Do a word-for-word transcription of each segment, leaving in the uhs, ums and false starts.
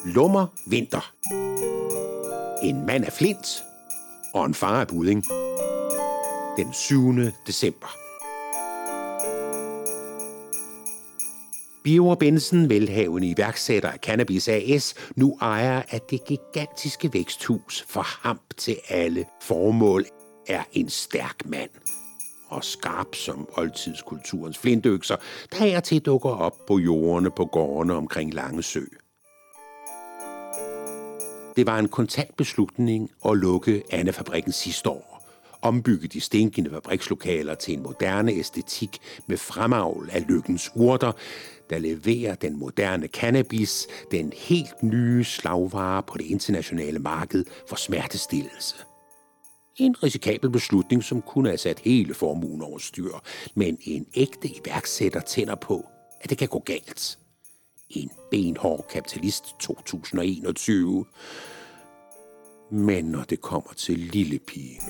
Lummer Vinter. En mand af flint og en far af budding. Den syvende december. Birger Bennedsen, velhavende iværksætter af Cannabis A S, nu ejer af det gigantiske væksthus for hamp til alle formål, er en stærk mand. Og skarp som oldtidskulturens flintøkser, der er til dukker op på jordene på gårdene omkring Langesø. Det var en kontant beslutning at lukke Anna-fabrikken sidste år. Ombygge de stinkende fabrikslokaler til en moderne æstetik med fremavl af lykkens urter, der leverer den moderne cannabis, den helt nye slagvare på det internationale marked for smertestillelse. En risikabel beslutning, som kunne have sat hele formuen over styr, men en ægte iværksætter tænder på, at det kan gå galt. En benhård kapitalist to tusind og enogtyve. Men når det kommer til lillepigen.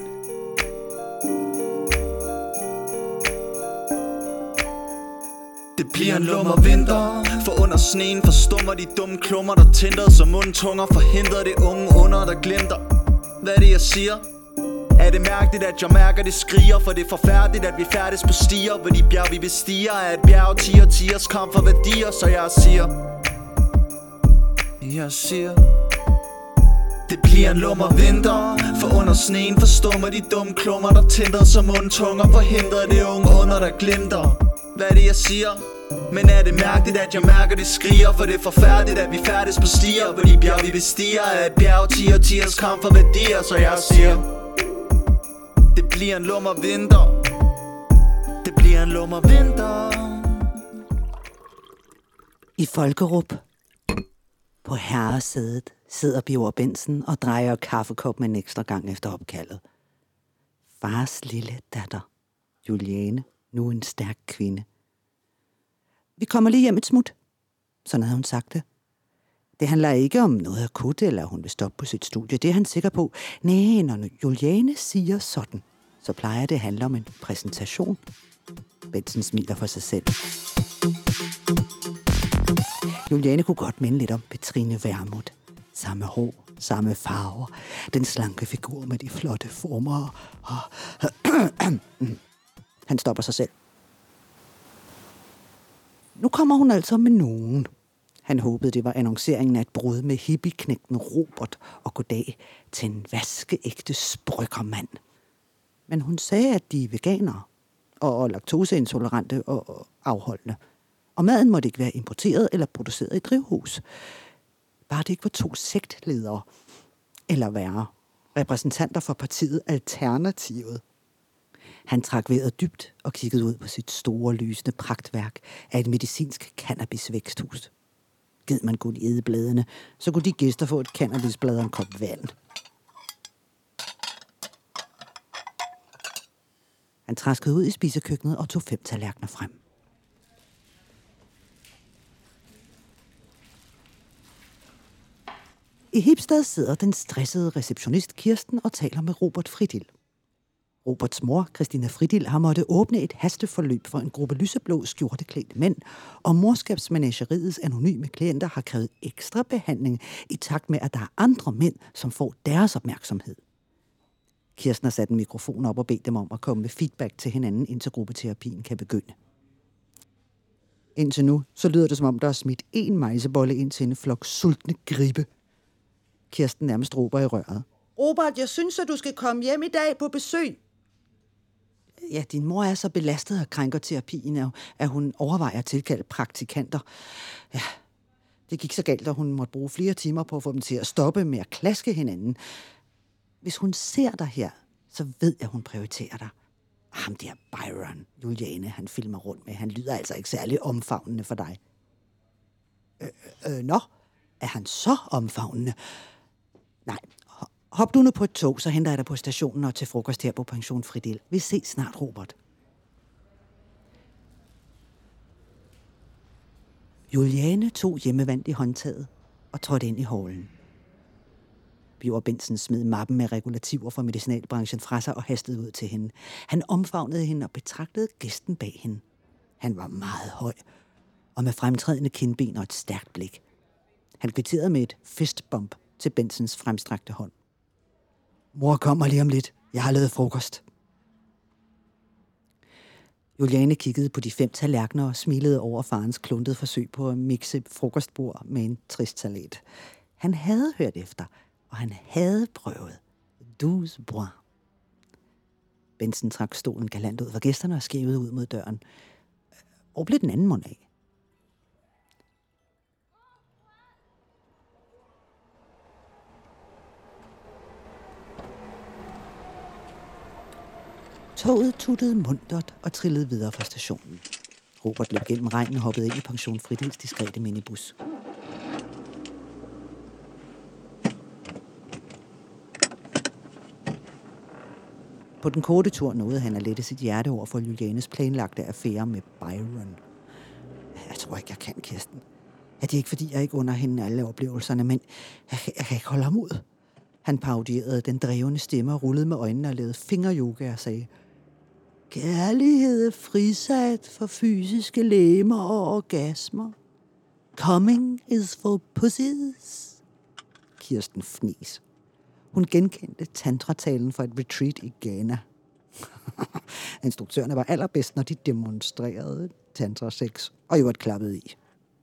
Det bliver en lummer vinter, for under sneen forstummer de dumme klummer, der tænder som mundtunger, forhindrer det unge under, der glimter. Hvad er det jeg siger? Er det mærkeligt, at jeg mærker det skriger? For det er forfærdeligt, at vi færdes på stier, hvor de bjerg vi bestiger er et bjerg, tiger, tigers kamp for værdier. Så jeg siger, jeg siger, det bliver en lummer vinter, for under sneen forstummer de dumme klummer, der tænder som mundtunger, forhindrer det unge under, der glimter. Hvad er det jeg siger? Men er det mærkeligt, at jeg mærker det skriger? For det er forfærdeligt, at vi færdes på stier, hvor de bjerg vi bestiger er et bjerg, tiger, tigers kamp for værdier. Så jeg siger, det bliver en lummer vinter. Det bliver en lummer vinter. I Folkerup på herresædet sidder Birger Bennedsen og drejer kaffekoppen en ekstra gang efter opkaldet. Fars lille datter, Juliane, nu en stærk kvinde. Vi kommer lige hjem et smut. Sådan havde hun sagt det. Det handler ikke om noget akut, eller hun vil stoppe på sit studie. Det er han sikker på. Næh, når Juliane siger sådan, så plejer det at handle om en præsentation. Bennedsen smiler for sig selv. Juliane kunne godt minde lidt om Petrine Vermut. Samme hår, samme farver, den slanke figur med de flotte former. Han stopper sig selv. Nu kommer hun altså med nogen. Han håbede, det var annonceringen af et brud med hippieknægten Robert og goddag til en vaskeægte sprøkkermand. Men hun sagde, at de er veganere og laktoseintolerante og afholdende. Og maden måtte ikke være importeret eller produceret i drivhus. Bare det ikke var to sektledere, eller værre, repræsentanter for partiet Alternativet. Han trak vejret dybt og kiggede ud på sit store, lysende pragtværk af et medicinsk cannabisvæksthus. Gid man kunne æde bladene, så kunne de gæster få et cannabisblad og en kop vand. Han traskede ud i spisekøkkenet og tog fem tallerkener frem. I Hipstad sidder den stressede receptionist Kirsten og taler med Robert Friedl. Roberts mor, Christina Friedl, har måttet åbne et hasteforløb for en gruppe lyseblå skjorteklædte mænd, og morskabsmenageriets anonyme klienter har krævet ekstra behandling i takt med, at der er andre mænd, som får deres opmærksomhed. Kirsten har sat en mikrofon op og bedt dem om at komme med feedback til hinanden, indtil gruppeterapien kan begynde. Indtil nu, så lyder det som om, der er smidt en mejsebolle ind til en flok sultne gribe. Kirsten nærmest råber i røret. Robert, jeg synes, at du skal komme hjem i dag på besøg. Ja, din mor er så belastet af krænkerterapien, at hun overvejer at tilkalde praktikanter. Ja, det gik så galt, at hun måtte bruge flere timer på at få dem til at stoppe med at klaske hinanden. Hvis hun ser dig her, så ved jeg, at hun prioriterer dig. Ham der Byron, Juliane, han filmer rundt med. Han lyder altså ikke særlig omfavnende for dig. Øh, øh, nå, er han så omfavnende? Nej, hop du nu på et tog, så henter jeg dig på stationen og til frokost her på Pension Friedl. Vi ses snart, Robert. Juliane tog hjemmevand i håndtaget og trådte ind i hallen. Birger Bennedsen smed mappen med regulativer fra medicinalbranchen fra sig og hastede ud til hende. Han omfavnede hende og betragtede gæsten bag hende. Han var meget høj og med fremtrædende kindben og et stærkt blik. Han kvitterede med et fistbump til Bensons fremstrakte hånd. Mor kommer lige om lidt. Jeg har lavet frokost. Juliane kiggede på de fem tallerkener og smilede over farens kluntede forsøg på at mixe frokostbord med en trist salat. Han havde hørt efter, og han havde prøvet. Douze bois. Benson trak stolen galant ud for gæsterne og skævede ud mod døren. Hvor blev den anden mund af? Toget tuttede muntert og trillede videre fra stationen. Robert løb gennem regnen og hoppede ind i pension Fridhils diskrete minibus. På den korte tur nåede han at lette sit hjerte over for Julianes planlagte affære med Byron. Jeg tror ikke, jeg kan, Kirsten. Er det ikke, fordi jeg ikke under hende alle oplevelserne, men jeg, jeg kan ikke holde ham ud. Han parodierede den drevne stemme og rullede med øjnene og lavede fingeryoga og sagde: Kærlighed er frisat for fysiske legemer og orgasmer. Coming is for pussies. Kirsten fnis. Hun genkendte tantratalen for et retreat i Ghana. Instruktørerne var allerbedst, når de demonstrerede tantrasex, og jo et klappet i.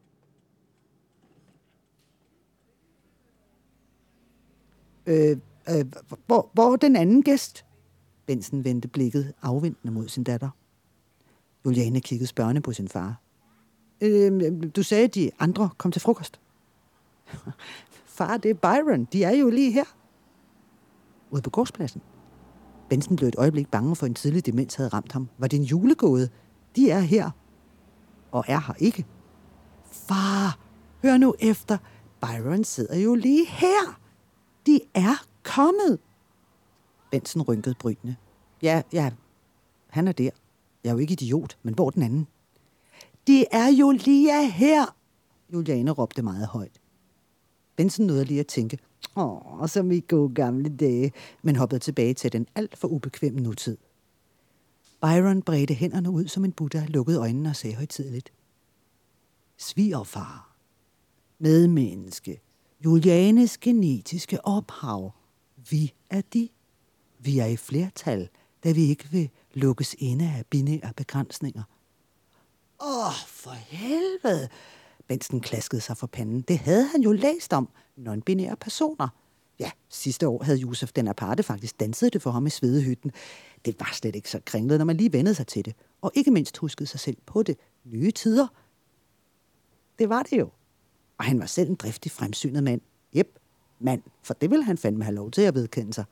Øh, øh, hvor, hvor er den anden gæst? Benson vendte blikket afventende mod sin datter. Juliane kiggede spørgende på sin far. Øh, du sagde, at de andre kom til frokost. Far, det er Byron. De er jo lige her. Ude på gårdspladsen. Benson blev et øjeblik bange for, en tidlig demens havde ramt ham. Var det en julegåde? De er her. Og er her ikke. Far, hør nu efter. Byron sidder jo lige her. De er kommet. Benson rynkede brynene. Ja, ja, han er der. Jeg er jo ikke idiot, men hvor den anden? Det er jo lige her. Juliane råbte meget højt. Benson nåede lige at tænke, åh, som i gode gamle dage, men hoppede tilbage til den alt for ubekvemme nutid. Byron bredte hænderne ud som en buddha, lukkede øjnene og sagde højtideligt: Svigerfar, medmenneske, Julianes genetiske ophav. Vi er de. Vi er i flertal, da vi ikke vil lukkes inde af binære begrænsninger. Åh, oh, for helvede! Benson klaskede sig for panden. Det havde han jo læst om. Non-binære personer. Ja, sidste år havde Josef den aparte faktisk danset det for ham i svedehytten. Det var slet ikke så kringlet, når man lige vendede sig til det. Og ikke mindst huskede sig selv på det. Nye tider. Det var det jo. Og han var selv en driftig fremsynet mand. Jep, mand. For det ville han fandme have lov til at vedkende sig.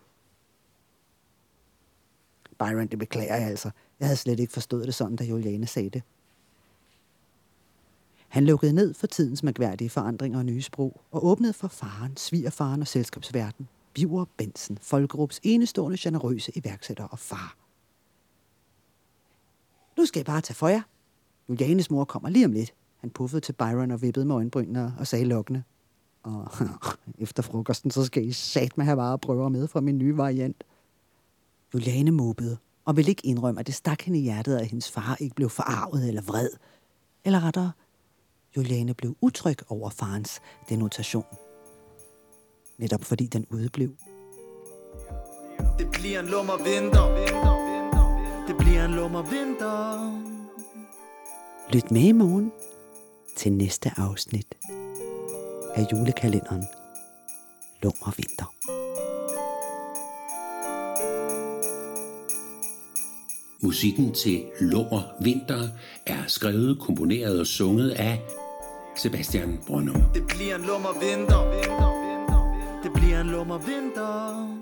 Byron, det beklager jeg altså. Jeg havde slet ikke forstået det sådan, da Juliane sagde det. Han lukkede ned for tidens mærkværdige forandringer og nye sprog, og åbnede for faren, svigerfaren og selskabsverden, Biver Benson, Folkerups enestående generøse iværksætter og far. Nu skal I bare tage for jer. Julianes mor kommer lige om lidt. Han puffede til Byron og vippede med øjenbrynene og sagde lokkende: Og efter frokosten, så skal I satme have vareprøver med fra min nye variant. Juliane måbede og ville ikke indrømme, at det stak hende i hjertet, at hendes far ikke blev forarvet eller vred. Eller rettere, Juliane blev utryg over farens denotation. Netop fordi den udeblev. Det bliver en lummer vinter. Det bliver en lummer vinter. Lyt med i morgen til næste afsnit af julekalenderen Lummer Vinter. Musikken til Lummer Vinter er skrevet, komponeret og sunget af Sebastian Brønum. Det bliver en lummer vinter. Det bliver en lummer vinter.